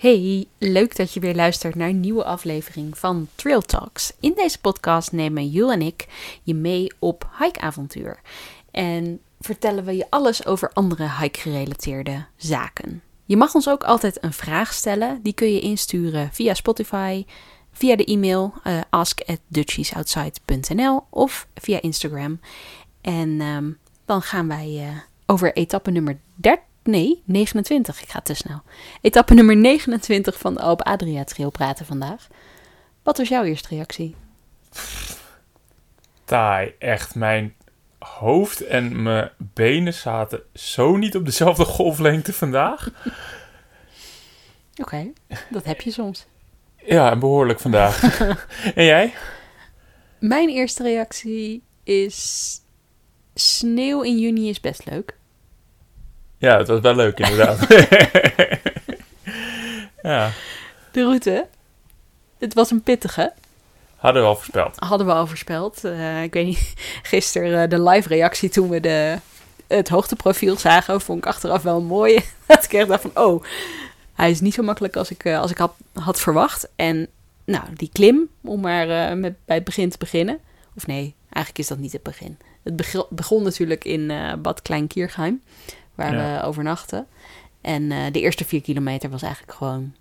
Hey, leuk dat je weer luistert naar een nieuwe aflevering van Trail Talks. In deze podcast nemen Jul en ik je mee op hikeavontuur. En vertellen we je alles over andere hike-gerelateerde zaken. Je mag ons ook altijd een vraag stellen. Die kun je insturen via Spotify, via de e-mail ask@dutchiesoutside.nl of via Instagram. En dan gaan wij over etappe nummer 29. Ik ga te snel. Etappe nummer 29 van de Alpe Adria Trail praten vandaag. Wat was jouw eerste reactie? Taai, echt. Mijn hoofd en mijn benen zaten zo niet op dezelfde golflengte vandaag. Oké, dat heb je soms. Ja, behoorlijk vandaag. En jij? Mijn eerste reactie is: sneeuw in juni is best leuk. Ja, het was wel leuk inderdaad. Ja. De route, het was een pittige. Hadden we al voorspeld. Hadden we al voorspeld. Ik weet niet, gisteren de live reactie toen we het hoogteprofiel zagen, vond ik achteraf wel mooi. Dat ik echt dacht van, oh, hij is niet zo makkelijk als ik had verwacht. En nou, die klim, om maar bij het begin te beginnen. Of nee, eigenlijk is dat niet het begin. Het begon natuurlijk in Bad Kleinkirchheim, waar we overnachten. En de eerste 4 kilometer was eigenlijk gewoon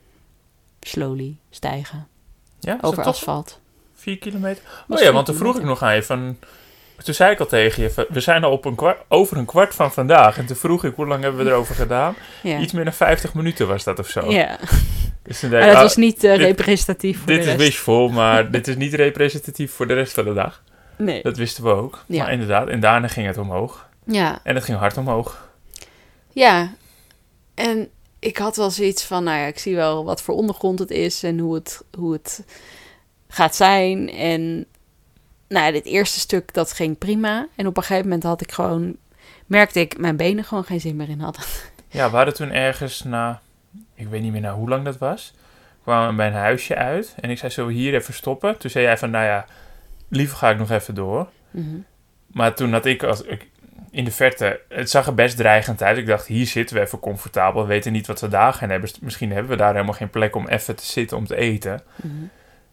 slowly stijgen. Ja, over asfalt. 4 kilometer? Oh ja, want toen vroeg ik nog aan je van... Toen zei ik al tegen je, we zijn al op over een kwart van vandaag. En toen vroeg ik, hoe lang hebben we erover gedaan? Ja. Iets meer dan 50 minuten was dat of zo. Ja. Dus toen dacht maar dat was niet representatief voor de rest. Dit is wishful, maar dit is niet representatief voor de rest van de dag. Nee. Dat wisten we ook. Ja. Maar inderdaad, en daarna ging het omhoog. Ja. En het ging hard omhoog. Ja. En ik had wel zoiets van, nou ja, ik zie wel wat voor ondergrond het is en hoe het gaat zijn. En nou, dit eerste stuk, dat ging prima. En op een gegeven moment merkte ik mijn benen gewoon geen zin meer in hadden. Ja, we hadden toen ergens ik weet niet meer hoe lang dat was, kwamen we bij een huisje uit. En ik zei, zullen we hier even stoppen? Toen zei jij van, nou ja, liever ga ik nog even door. Mm-hmm. Maar toen had ik in de verte, het zag er best dreigend uit. Ik dacht, hier zitten we even comfortabel. We weten niet wat we daar gaan hebben. Misschien hebben we daar helemaal geen plek om even te zitten om te eten. Mm-hmm.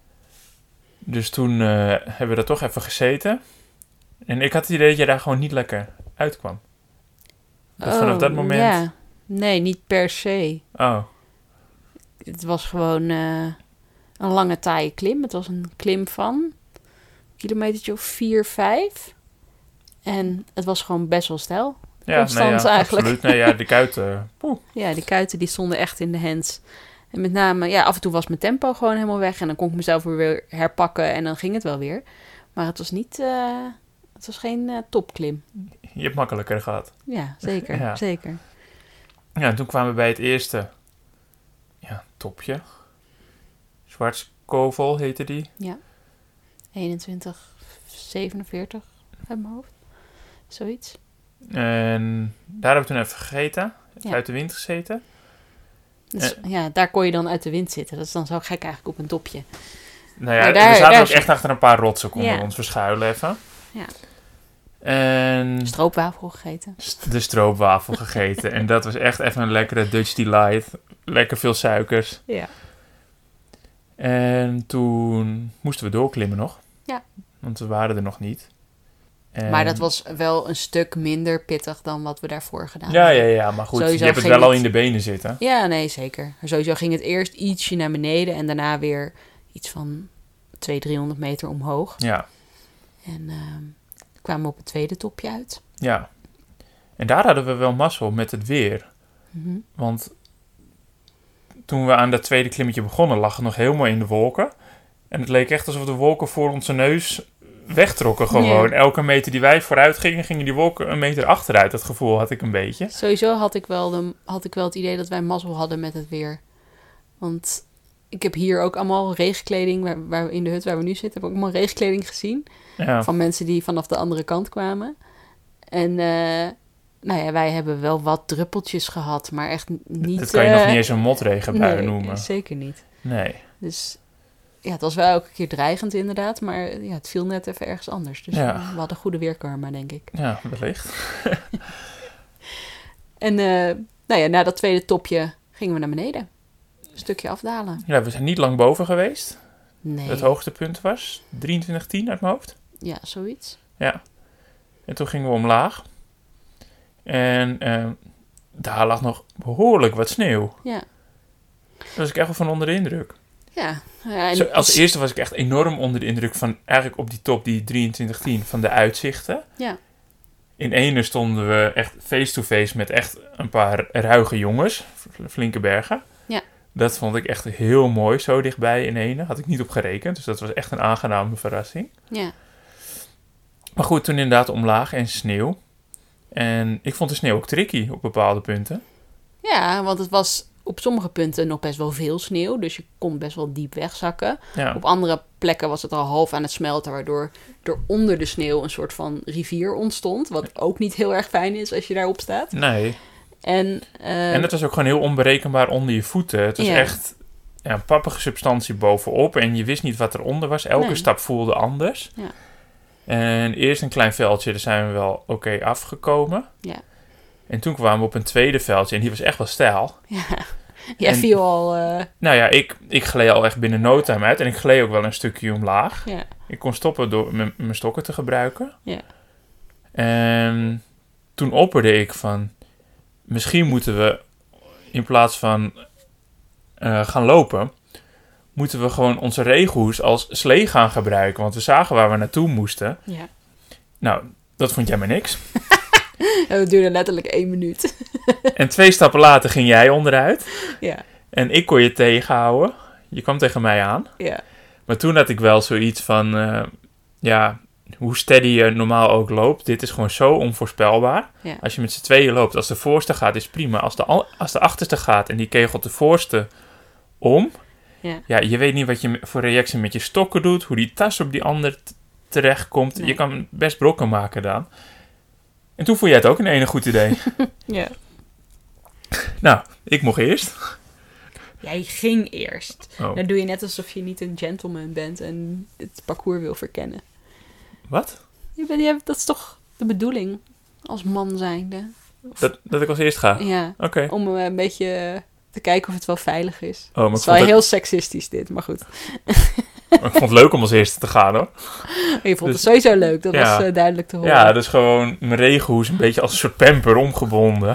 Dus toen hebben we daar toch even gezeten. En ik had het idee dat je daar gewoon niet lekker uitkwam. Vanaf dat moment... Ja. Nee, niet per se. Oh. Het was gewoon een lange taaie klim. Het was een klim van een kilometertje of 4, 5. En het was gewoon best wel steil. Constant eigenlijk. Absoluut. Nee, ja, de kuiten. Ja, die kuiten die stonden echt in de hands. En met name, ja, af en toe was mijn tempo gewoon helemaal weg. En dan kon ik mezelf weer herpakken en dan ging het wel weer. Maar het was niet... het was geen topklim. Je hebt makkelijker gehad. Ja, zeker. Ja. Zeker. Ja, en toen kwamen we bij het eerste topje. Schwarzkeuvel heette die. Ja. 21:47 uit mijn hoofd. Zoiets. En daar hebben we toen even gegeten. Uit de wind gezeten. Dus, daar kon je dan uit de wind zitten. Dat is dan zo gek eigenlijk op een topje. Nou ja, we zaten ook echt achter een paar rotsen. Konden we ons verschuilen even. Ja. En stroopwafel gegeten. De stroopwafel gegeten. En dat was echt even een lekkere Dutch Delight. Lekker veel suikers. Ja. En toen moesten we doorklimmen nog. Ja. Want we waren er nog niet. En... Maar dat was wel een stuk minder pittig dan wat we daarvoor gedaan hebben. Ja, maar goed, sowieso je hebt het wel al in de benen zitten. Ja, nee, zeker. Sowieso ging het eerst ietsje naar beneden en daarna weer iets van 200-300 meter omhoog. Ja. En kwamen we op het tweede topje uit. Ja. En daar hadden we wel mazzel met het weer. Mm-hmm. Want toen we aan dat tweede klimmetje begonnen, lag het nog helemaal in de wolken. En het leek echt alsof de wolken voor onze neus wegtrokken gewoon. Ja. Elke meter die wij vooruit gingen, gingen die wolken een meter achteruit. Dat gevoel had ik een beetje. Sowieso had ik wel het idee dat wij mazzel hadden met het weer. Want ik heb hier ook allemaal regenkleding, waar in de hut waar we nu zitten, heb ik ook allemaal regenkleding gezien. Ja. Van mensen die vanaf de andere kant kwamen. En wij hebben wel wat druppeltjes gehad, maar echt niet... Dat kan je nog niet eens een motregenbui noemen. Zeker niet. Nee. Dus ja, het was wel elke keer dreigend inderdaad, maar ja, het viel net even ergens anders. Dus we hadden goede weerkarma, denk ik. Ja, wellicht. En na dat tweede topje gingen we naar beneden. stukje afdalen. Ja, we zijn niet lang boven geweest. Nee. Het hoogtepunt was 23,10 uit mijn hoofd. Ja, zoiets. Ja. En toen gingen we omlaag. En daar lag nog behoorlijk wat sneeuw. Ja. Daar was ik echt wel van onder de indruk. Ja. En Zo, als eerste was ik echt enorm onder de indruk van eigenlijk op die top, die 23,10 van de uitzichten. Ja. In ene stonden we echt face-to-face met echt een paar ruige jongens. Flinke bergen. Ja. Dat vond ik echt heel mooi, zo dichtbij in ene. Had ik niet op gerekend, dus dat was echt een aangename verrassing. Ja. Maar goed, toen inderdaad omlaag en sneeuw. En ik vond de sneeuw ook tricky op bepaalde punten. Ja, want het was op sommige punten nog best wel veel sneeuw. Dus je kon best wel diep wegzakken. Ja, Op andere plekken was het al half aan het smelten, waardoor er onder de sneeuw een soort van rivier ontstond. Wat ook niet heel erg fijn is als je daarop staat. nee. En En het was ook gewoon heel onberekenbaar onder je voeten. Het was Ja. echt een pappige substantie bovenop. En je wist niet wat eronder was. Elke Nee. stap voelde anders. Ja. En eerst een klein veldje, daar zijn we wel oké afgekomen. Ja. En toen kwamen we op een tweede veldje. En die was echt wel steil. ja, jij En- viel al... Nou ja, ik gleed al echt binnen no time uit. En ik gleed ook wel een stukje omlaag. ja, Ik kon stoppen door mijn stokken te gebruiken. Ja. En toen opperde ik van... Misschien moeten we in plaats van gaan lopen... moeten we gewoon onze regenhoes als slee gaan gebruiken. Want we zagen waar we naartoe moesten. ja. Nou, dat vond jij maar niks. En dat duurde letterlijk 1 minuut. En 2 stappen later ging jij onderuit. ja, En ik kon je tegenhouden. Je kwam tegen mij aan. ja, Maar toen had ik wel zoiets van... hoe steady je normaal ook loopt. Dit is gewoon zo onvoorspelbaar. Ja. Als je met z'n tweeën loopt, als de voorste gaat, is prima. Als de achterste gaat en die kegelt de voorste om... ja. Ja, je weet niet wat je voor reactie met je stokken doet. Hoe die tas op die ander terechtkomt. Nee. Je kan best brokken maken dan. En toen vond jij het ook een ene goed idee. ja. Nou, ik mocht eerst. Jij ging eerst. Oh. Dan doe je net alsof je niet een gentleman bent en het parcours wil verkennen. Wat? Dat is toch de bedoeling als man zijnde? Dat ik als eerst ga? Ja, Oké. om een beetje te kijken of het wel veilig is. Oh, maar Het ik is wel vond, heel seksistisch dit, maar goed. ik vond het leuk om als eerste te gaan hoor. Je vond het Dus- sowieso leuk, dat Ja. was duidelijk te horen. Ja, dus gewoon mijn regenhoes een beetje als een soort pamper omgebonden.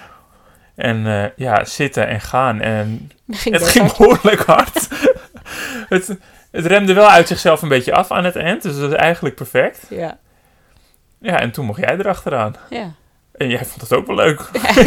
En zitten en gaan. En Ging het best ging hard. behoorlijk hard. het remde wel uit zichzelf een beetje af aan het eind. Dus dat is eigenlijk perfect. Ja, Ja, en toen mocht jij erachteraan. ja. En jij vond het ook wel leuk.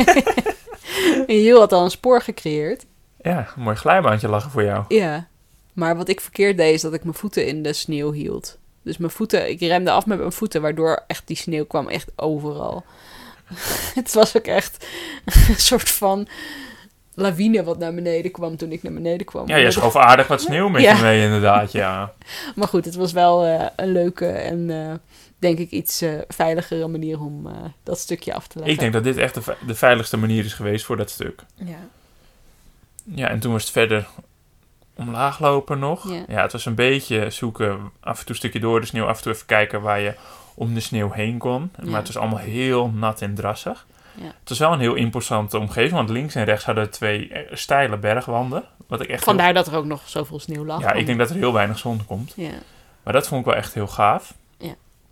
En Jill had al een spoor gecreëerd. Ja, een mooi glijbaantje lachen voor jou. Ja, maar wat ik verkeerd deed is dat ik mijn voeten in de sneeuw hield. Dus ik remde af met mijn voeten, waardoor echt die sneeuw kwam echt overal. Het was ook echt een soort van lawine wat naar beneden kwam toen ik naar beneden kwam. Ja, jij schoof aardig wat sneeuw met Ja. je mee inderdaad, ja. Maar goed, het was wel een leuke en denk ik iets veiligere manier om dat stukje af te leggen. Ik denk dat dit echt de veiligste manier is geweest voor dat stuk. Ja, Ja, en toen was het verder omlaag lopen nog. Ja. Ja, het was een beetje zoeken, af en toe een stukje door de sneeuw, af en toe even kijken waar je om de sneeuw heen kon. Ja. Maar het was allemaal heel nat en drassig. Ja. Het was wel een heel imposante omgeving, want links en rechts hadden 2 steile bergwanden. Wat ik echt vandaar dat er ook nog zoveel sneeuw lag. ja, ik denk dat er heel weinig zon komt. Ja, Maar dat vond ik wel echt heel gaaf. Ja.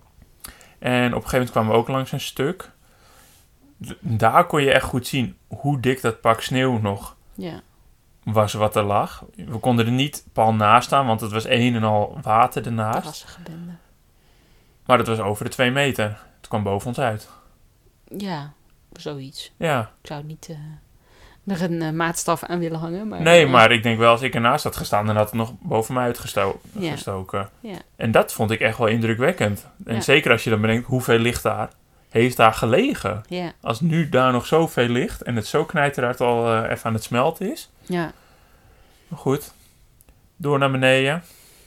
En op een gegeven moment kwamen we ook langs een stuk. Daar kon je echt goed zien hoe dik dat pak sneeuw nog ja, was wat er lag. We konden er niet pal naast staan, want het was een en al water ernaast. drassige bende. Maar dat was over de 2 meter. Het kwam boven ons uit. Ja, zoiets. Ja. Ik zou niet er een maatstaf aan willen hangen. Maar, Nee, maar ik denk wel als ik ernaast had gestaan, dan had het nog boven mij Ja. uitgestoken. Ja, En dat vond ik echt wel indrukwekkend. En Ja. zeker als je dan bedenkt, hoeveel ligt daar? Heeft daar gelegen? ja, Als nu daar nog zoveel ligt en het zo knijterhard al even aan het smelten is. ja. Maar goed, door naar beneden.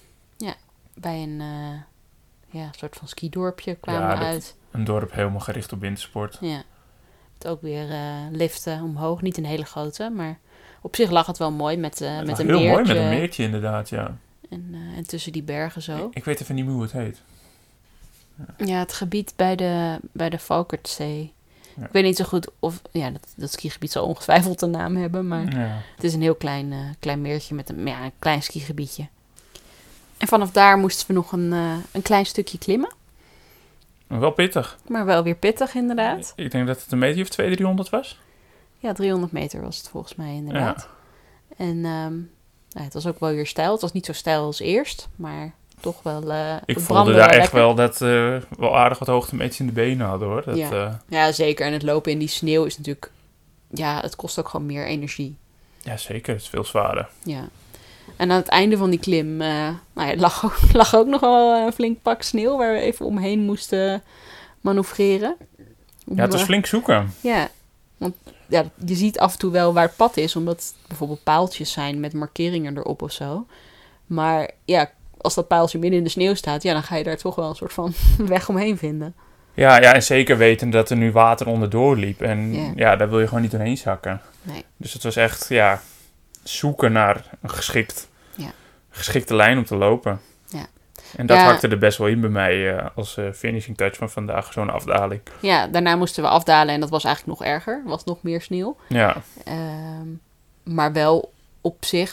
Bij een soort van skidorpje kwamen Ja, we dat- uit. Een dorp helemaal gericht op wintersport. Ja. Het ook weer liften omhoog. Niet een hele grote, maar op zich lag het wel mooi met Het een was meertje. heel mooi met een meertje inderdaad, ja. En tussen die bergen zo. Ik weet even niet meer hoe het heet. Ja, het gebied bij de Valkertzee. Ja. Ik weet niet zo goed of... Ja, dat skigebied zal ongetwijfeld een naam hebben, maar het is een heel klein meertje met een klein skigebiedje. En vanaf daar moesten we nog een klein stukje klimmen. Wel pittig. Maar wel weer pittig, inderdaad. Ik denk dat het een meter of 200-300 was. Ja, 300 meter was het volgens mij, inderdaad. Ja. En het was ook wel weer steil. Het was niet zo steil als eerst, maar toch wel... ik voelde daar echt wel dat wel aardig wat hoogtemeters in de benen hadden, hoor. Dat, ja, zeker. En het lopen in die sneeuw is natuurlijk... Ja, het kost ook gewoon meer energie. Ja, zeker. Het is veel zwaarder. Ja. En aan het einde van die klim lag ook nog wel een flink pak sneeuw... waar we even omheen moesten manoeuvreren. Ja, het was flink zoeken. Ja, want je ziet af en toe wel waar het pad is... omdat het bijvoorbeeld paaltjes zijn met markeringen erop of zo. Maar ja, als dat paaltje midden in de sneeuw staat... ja, dan ga je daar toch wel een soort van weg omheen vinden. Ja, en zeker weten dat er nu water onderdoor liep. En daar wil je gewoon niet doorheen zakken. Nee. Dus het was echt, zoeken naar een geschikte lijn om te lopen. Ja. En dat hakte er best wel in bij mij als finishing touch van vandaag, zo'n afdaling. Ja, daarna moesten we afdalen en dat was eigenlijk nog erger. Er was nog meer sneeuw. Ja. Maar wel op zich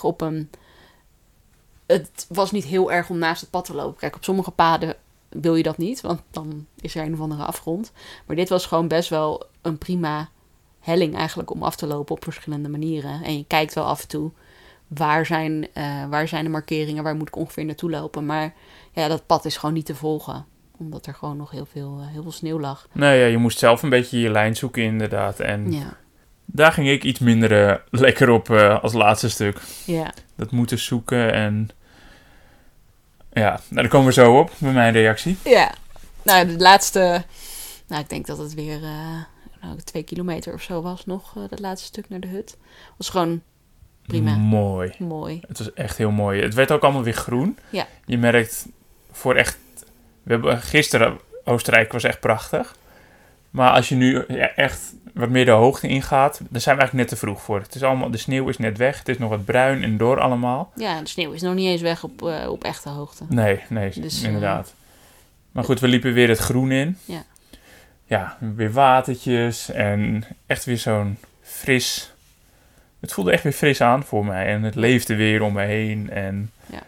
het was niet heel erg om naast het pad te lopen. Kijk, op sommige paden wil je dat niet, want dan is er een of andere afgrond. Maar dit was gewoon best wel een prima helling eigenlijk om af te lopen op verschillende manieren. En je kijkt wel af en toe, waar zijn de markeringen, waar moet ik ongeveer naartoe lopen. Maar ja, dat pad is gewoon niet te volgen, omdat er gewoon nog heel veel sneeuw lag. Nee, ja, je moest zelf een beetje je lijn zoeken inderdaad. En daar ging ik iets minder lekker op als laatste stuk. Ja. Dat moeten zoeken en... Ja, daar komen we zo op bij mijn reactie. Ja, nou de laatste... Nou, ik denk dat het weer 2 kilometer of zo was nog, dat laatste stuk naar de hut. Was gewoon prima. Mooi. Het was echt heel mooi. Het werd ook allemaal weer groen. Ja. Je merkt gisteren, Oostenrijk was echt prachtig. Maar als je nu echt wat meer de hoogte ingaat, dan zijn we eigenlijk net te vroeg voor. Het is allemaal, de sneeuw is net weg. Het is nog wat bruin en door allemaal. Ja, de sneeuw is nog niet eens weg op echte hoogte. Nee, dus, inderdaad. Maar goed, we liepen weer het groen in. Ja. Ja, weer watertjes en echt weer zo'n fris... Het voelde echt weer fris aan voor mij. En het leefde weer om me heen. En,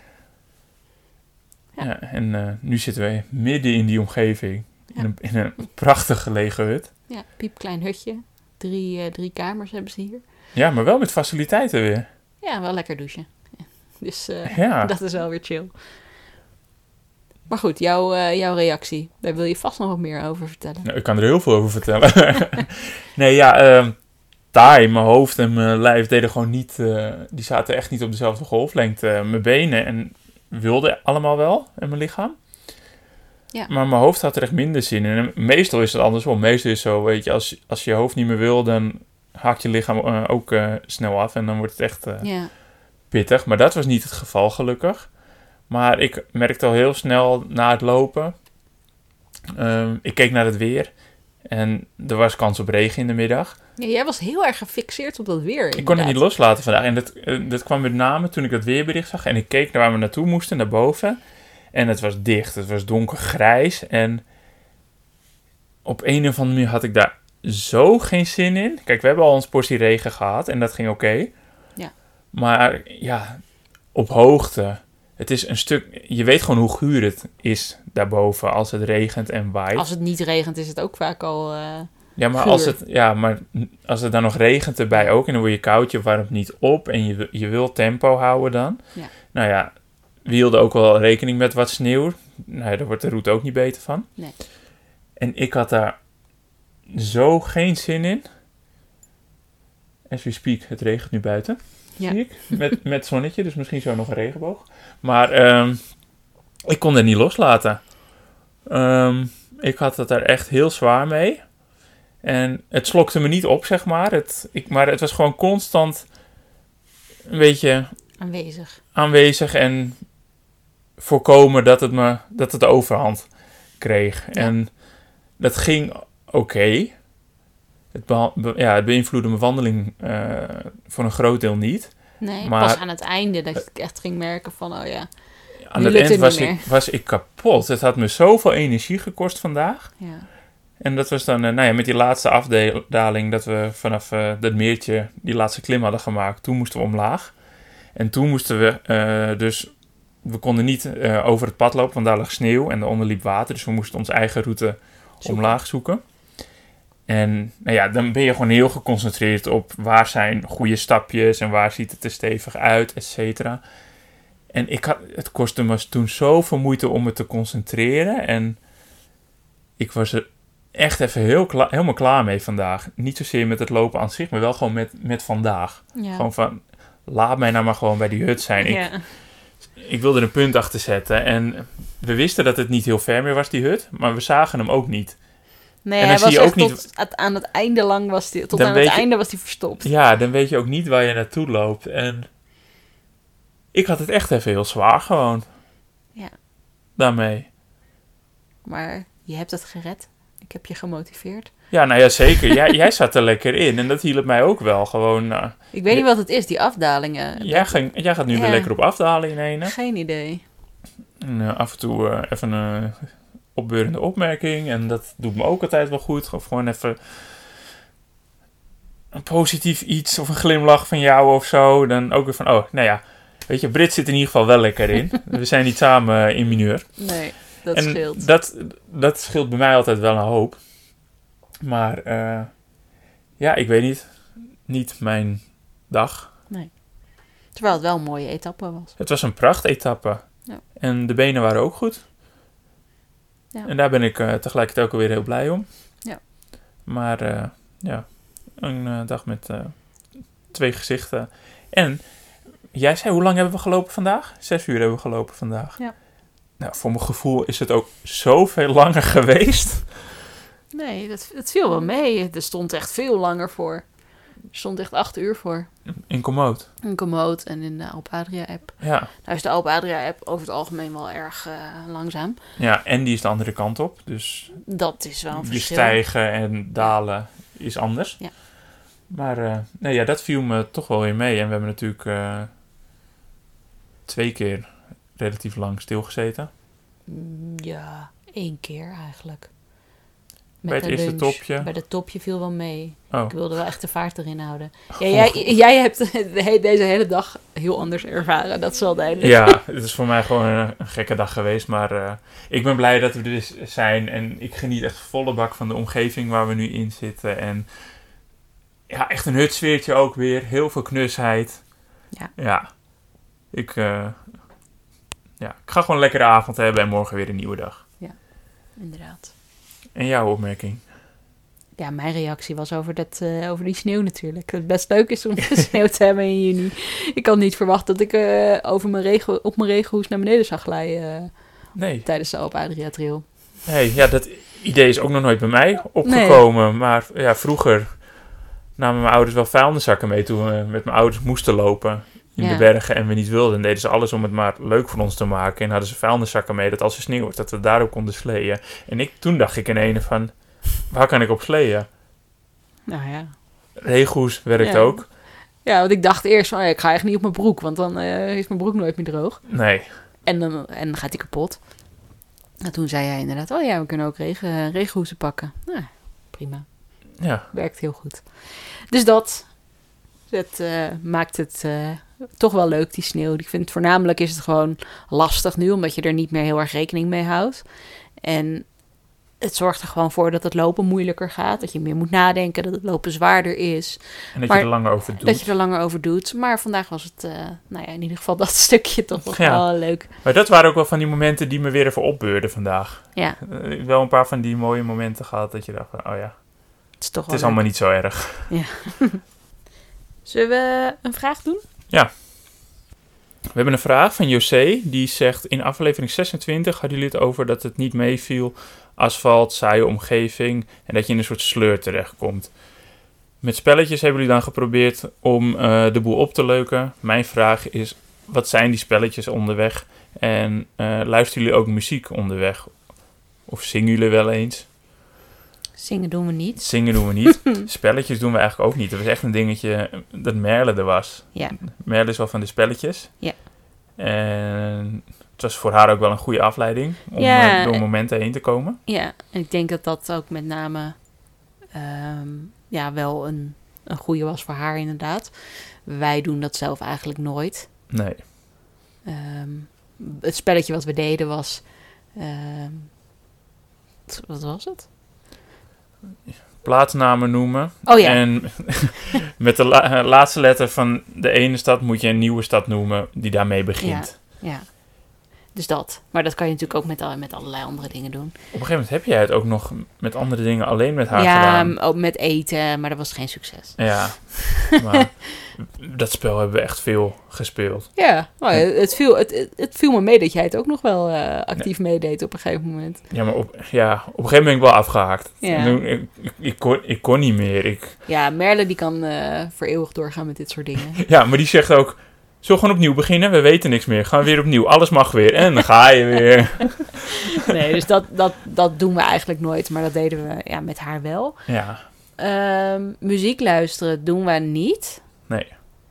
nu zitten we midden in die omgeving. In een prachtig gelegen hut. Ja, piepklein hutje. 3 kamers hebben ze hier. Ja, maar wel met faciliteiten weer. Ja, wel lekker douchen. Ja. Dus dat is wel weer chill. Maar goed, jouw reactie. Daar wil je vast nog wat meer over vertellen. Nou, ik kan er heel veel over vertellen. Nee, mijn hoofd en mijn lijf deden gewoon niet... die zaten echt niet op dezelfde golflengte. Mijn benen en wilden allemaal wel. En mijn lichaam. Ja. Maar mijn hoofd had er echt minder zin in. En meestal is het andersom. Meestal is het zo, weet je, als je hoofd niet meer wil, dan haakt je lichaam ook snel af. En dan wordt het echt pittig. Maar dat was niet het geval, gelukkig. Maar ik merkte al heel snel na het lopen. Ik keek naar het weer. En er was kans op regen in de middag. Ja, jij was heel erg gefixeerd op dat weer. Inderdaad. Ik kon het niet loslaten vandaag. En dat kwam met name toen ik dat weerbericht zag. En ik keek naar waar we naartoe moesten, naar boven. En het was dicht. Het was donkergrijs. En op een of andere manier had ik daar zo geen zin in. Kijk, we hebben al ons portie regen gehad. En dat ging oké. Ja. Maar ja, op hoogte. Het is een stuk... Je weet gewoon hoe guur het is daarboven als het regent en waait. Als het niet regent is het ook vaak al ja, maar als het dan nog regent erbij ook... en dan word je koud, je warmt niet op... en je wil tempo houden dan. Ja. Nou ja, we hielden ook wel rekening met wat sneeuw. Nou ja, daar wordt de route ook niet beter van. Nee. En ik had daar zo geen zin in. As we speak, het regent nu buiten. Ja. Zie ik. Met zonnetje, dus misschien zo nog een regenboog. Maar ik kon het niet loslaten. Ik had het daar echt heel zwaar mee. En het slokte me niet op, zeg maar. Maar het was gewoon constant een beetje... Aanwezig en voorkomen dat het de overhand kreeg. Ja. En dat ging oké. Het beïnvloedde mijn wandeling voor een groot deel niet. Nee, maar pas aan het einde dat ik echt ging merken van, aan het eind was ik kapot. Het had me zoveel energie gekost vandaag. Ja. En dat was dan, met die laatste afdaling dat we vanaf dat meertje die laatste klim hadden gemaakt. Toen moesten we omlaag. En toen moesten we we konden niet over het pad lopen, want daar lag sneeuw en daaronder liep water. Dus we moesten onze eigen route omlaag zoeken. En dan ben je gewoon heel geconcentreerd op waar zijn goede stapjes en waar ziet het er stevig uit, et cetera. En het kostte me toen zoveel moeite om me te concentreren. En ik was er echt even helemaal klaar mee vandaag. Niet zozeer met het lopen aan zich, maar wel gewoon met vandaag. Ja. Gewoon van, laat mij nou maar gewoon bij die hut zijn. Ja. Ik wilde er een punt achter zetten. En we wisten dat het niet heel ver meer was, die hut. Maar we zagen hem ook niet. Nee, en hij was echt aan het einde lang was die, tot aan het einde was hij verstopt. Ja, dan weet je ook niet waar je naartoe loopt. En ik had het echt even heel zwaar gewoon. Ja. Daarmee. Maar je hebt het gered. Ik heb je gemotiveerd. Ja, zeker. Jij zat er lekker in. En dat hielp mij ook wel gewoon. Ik weet niet wat het is, die afdalingen. Jij gaat nu weer lekker op afdalingen heen. Geen idee. En af en toe even een opbeurende opmerking. En dat doet me ook altijd wel goed. Of gewoon even een positief iets of een glimlach van jou of zo. Dan ook weer van, weet je, Brit zit in ieder geval wel lekker in. We zijn niet samen in mineur. Nee, dat scheelt. Dat scheelt bij mij altijd wel een hoop. Maar ik weet niet. Niet mijn dag. Nee. Terwijl het wel een mooie etappe was. Het was een prachtetappe. Ja. En de benen waren ook goed. Ja. En daar ben ik tegelijkertijd ook weer heel blij om. Ja. Maar een dag met 2 gezichten. En jij zei, hoe lang hebben we gelopen vandaag? 6 uur hebben we gelopen vandaag. Ja. Nou, voor mijn gevoel is het ook zoveel langer geweest. Nee, dat viel wel mee. Er stond echt veel langer voor. Er stond echt 8 uur voor. In Komoot? In Komoot en in de Alpe Adria-app. Ja. Nou is de Alpe Adria-app over het algemeen wel erg langzaam. Ja, en die is de andere kant op. Dus dat is wel een verschil. Stijgen en dalen is anders. Ja. Maar dat viel me toch wel weer mee. En we hebben natuurlijk 2 keer relatief lang stilgezeten. Ja, 1 keer eigenlijk. Bij het eerste topje? Bij het topje viel wel mee. Oh. Ik wilde wel echt de vaart erin houden. Ja, jij hebt deze hele dag heel anders ervaren. Dat is wel duidelijk. Ja, het is voor mij gewoon een gekke dag geweest. Maar ik ben blij dat we er dus zijn. En ik geniet echt volle bak van de omgeving waar we nu in zitten. En ja, echt een hutsfeertje ook weer. Heel veel knusheid. Ja. Ik ga gewoon een lekkere avond hebben en morgen weer een nieuwe dag. Ja, inderdaad. En jouw opmerking? Ja, mijn reactie was over die sneeuw natuurlijk. Het best leuk is om sneeuw te hebben in juni. Ik had niet verwacht dat ik op mijn regenhoes naar beneden zag glijden tijdens de Alpe Adria Trail. Nee, ja, dat idee is ook nog nooit bij mij opgekomen. Nee. Maar ja, vroeger namen mijn ouders wel vuilniszakken mee toen we met mijn ouders moesten lopen in de bergen en we niet wilden. En deden ze alles om het maar leuk voor ons te maken. En hadden ze vuilniszakken mee dat als er sneeuw was, dat we daarop konden sleeën. En toen dacht ik in ene van, waar kan ik op sleeën? Nou ja. Regenhoes werkt ook. Ja, want ik dacht eerst van, ik ga echt niet op mijn broek, want dan is mijn broek nooit meer droog. Nee. En dan gaat die kapot. En toen zei hij inderdaad, we kunnen ook regenhoesen pakken. Nou, prima. Ja. Werkt heel goed. Dus dat maakt het toch wel leuk, die sneeuw. Ik vind voornamelijk is het gewoon lastig nu, omdat je er niet meer heel erg rekening mee houdt. En het zorgt er gewoon voor dat het lopen moeilijker gaat. Dat je meer moet nadenken, dat het lopen zwaarder is. En dat je er langer over doet. Dat je er langer over doet. Maar vandaag was het, in ieder geval dat stukje toch nog wel leuk. Maar dat waren ook wel van die momenten die me weer even opbeurden vandaag. Ja. Wel een paar van die mooie momenten gehad dat je dacht van, het is allemaal niet zo erg. Ja. Zullen we een vraag doen? Ja. We hebben een vraag van José. Die zegt, in aflevering 26 hadden jullie het over dat het niet meeviel. Asfalt, saaie omgeving en dat je in een soort sleur terechtkomt. Met spelletjes hebben jullie dan geprobeerd om de boel op te leuken. Mijn vraag is, wat zijn die spelletjes onderweg? En luisteren jullie ook muziek onderweg? Of zingen jullie wel eens? Zingen doen we niet. Zingen doen we niet. Spelletjes doen we eigenlijk ook niet. Het was echt een dingetje dat Merle er was. Ja. Merle is wel van de spelletjes. Ja. En het was voor haar ook wel een goede afleiding om door momenten heen te komen. Ja, en ik denk dat dat ook met name wel een goede was voor haar inderdaad. Wij doen dat zelf eigenlijk nooit. Nee. Het spelletje wat we deden was... wat was het? Plaatsnamen noemen. Oh ja. En met de laatste letter van de ene stad moet je een nieuwe stad noemen die daarmee begint. Ja. Dus dat. Maar dat kan je natuurlijk ook met allerlei andere dingen doen. Op een gegeven moment heb jij het ook nog met andere dingen alleen met haar gedaan. Ja, ook met eten, maar dat was geen succes. Ja, maar dat spel hebben we echt veel gespeeld. Ja, het viel me mee dat jij het ook nog wel actief meedeed op een gegeven moment. Ja, maar op een gegeven moment ben ik wel afgehaakt. Ja. Ik kon niet meer. Ja, Merle die kan voor eeuwig doorgaan met dit soort dingen. Ja, maar die zegt ook... Zullen we gewoon opnieuw beginnen? We weten niks meer. Gaan we weer opnieuw. Alles mag weer. En dan ga je weer. Nee, dus dat doen we eigenlijk nooit. Maar dat deden we met haar wel. Ja. Muziek luisteren doen we niet. Nee.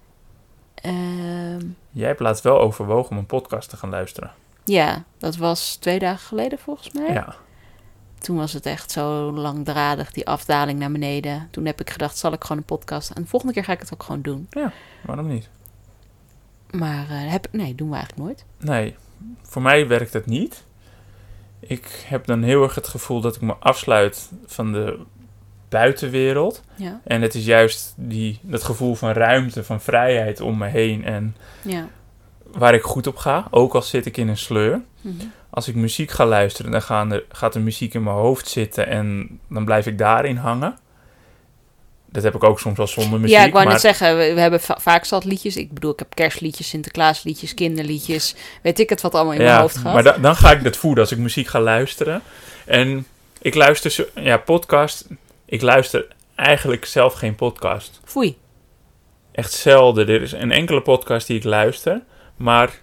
Jij hebt laatst wel overwogen om een podcast te gaan luisteren. Ja, dat was 2 dagen geleden volgens mij. Ja. Toen was het echt zo langdradig, die afdaling naar beneden. Toen heb ik gedacht, zal ik gewoon een podcast... En de volgende keer ga ik het ook gewoon doen. Ja, waarom niet? Maar doen we eigenlijk nooit. Nee, voor mij werkt het niet. Ik heb dan heel erg het gevoel dat ik me afsluit van de buitenwereld. Ja. En het is juist dat gevoel van ruimte, van vrijheid om me heen. En waar ik goed op ga, ook al zit ik in een sleur. Mm-hmm. Als ik muziek ga luisteren, dan gaat de muziek in mijn hoofd zitten en dan blijf ik daarin hangen. Dat heb ik ook soms wel zonder muziek. Ja, ik wou net zeggen, we hebben vaak zat liedjes. Ik bedoel, ik heb kerstliedjes, Sinterklaasliedjes, kinderliedjes. Weet ik het wat allemaal in mijn hoofd gaat. Maar dan ga ik dat voelen als ik muziek ga luisteren. En ik luister podcast. Ik luister eigenlijk zelf geen podcast. Foei. Echt zelden. Er is een enkele podcast die ik luister. Maar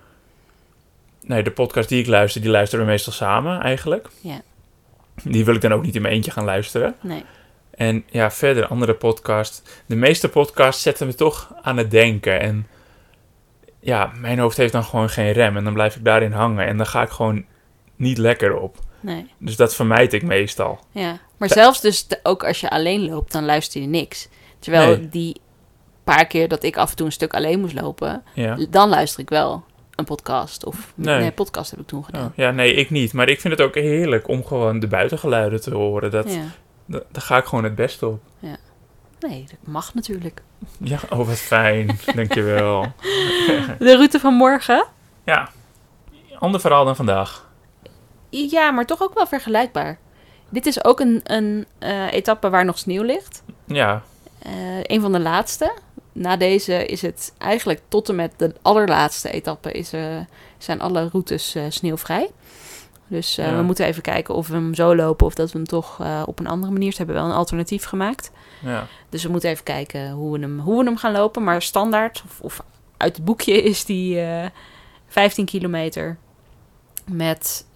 nee, de podcast die ik luister, die luisteren we meestal samen eigenlijk. Ja. Die wil ik dan ook niet in mijn eentje gaan luisteren. Nee. En ja, verder, andere podcasts. De meeste podcasts zetten me toch aan het denken. En ja, mijn hoofd heeft dan gewoon geen rem. En dan blijf ik daarin hangen. En dan ga ik gewoon niet lekker op. Nee. Dus dat vermijd ik meestal. Ja, maar zelfs dus ook als je alleen loopt, dan luister je niks. Terwijl die paar keer dat ik af en toe een stuk alleen moest lopen... dan luister ik wel een podcast. Of nee, podcast heb ik toen gedaan. Ja, nee, ik niet. Maar ik vind het ook heerlijk om gewoon de buitengeluiden te horen. Daar ga ik gewoon het beste op. Ja. Nee, dat mag natuurlijk. Ja, wat fijn. Dankjewel. De route van morgen? Ja, ander verhaal dan vandaag. Ja, maar toch ook wel vergelijkbaar. Dit is ook een etappe waar nog sneeuw ligt. Ja. Een van de laatste. Na deze is het eigenlijk tot en met de allerlaatste etappe zijn alle routes sneeuwvrij. Dus we moeten even kijken of we hem zo lopen of dat we hem toch op een andere manier... Ze hebben wel een alternatief gemaakt. Ja. Dus we moeten even kijken hoe we hem gaan lopen. Maar standaard, of uit het boekje, is die 15 kilometer met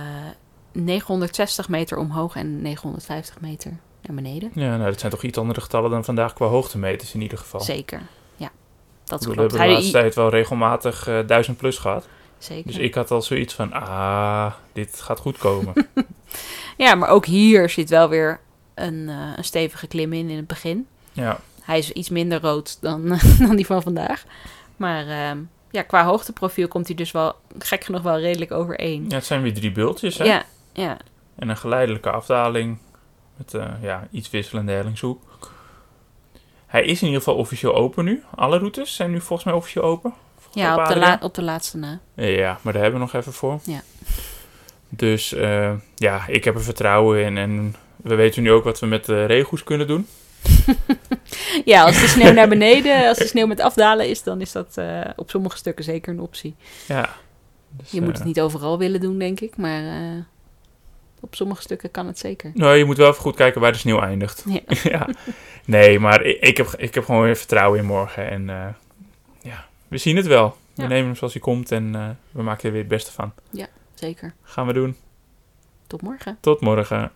960 meter omhoog en 950 meter naar beneden. Ja, nou, dat zijn toch iets andere getallen dan vandaag qua hoogtemeters in ieder geval. Zeker, ja. Dat klopt. We hebben de laatste tijd wel regelmatig 1000 plus gehad. Zeker. Dus ik had al zoiets van, dit gaat goed komen. Ja, maar ook hier zit wel weer een stevige klim in het begin. Ja. Hij is iets minder rood dan die van vandaag. Maar qua hoogteprofiel komt hij dus wel, gek genoeg, wel redelijk overeen. Ja, het zijn weer 3 bultjes, hè? Ja. En een geleidelijke afdaling met iets wisselende hellingshoek. Hij is in ieder geval officieel open nu. Alle routes zijn nu volgens mij officieel open. Ja, op de laatste na. Ja, maar daar hebben we nog even voor. Ja. Dus ik heb er vertrouwen in. En we weten nu ook wat we met de regels kunnen doen. Ja, als de sneeuw naar beneden, als de sneeuw met afdalen is, dan is dat op sommige stukken zeker een optie. Ja. Dus, je moet het niet overal willen doen, denk ik. Maar op sommige stukken kan het zeker. Nou, je moet wel even goed kijken waar de sneeuw eindigt. Ja. Ja. Nee, maar ik heb gewoon weer vertrouwen in morgen. En we zien het wel. We nemen hem zoals hij komt en we maken er weer het beste van. Ja, zeker. Gaan we doen. Tot morgen. Tot morgen.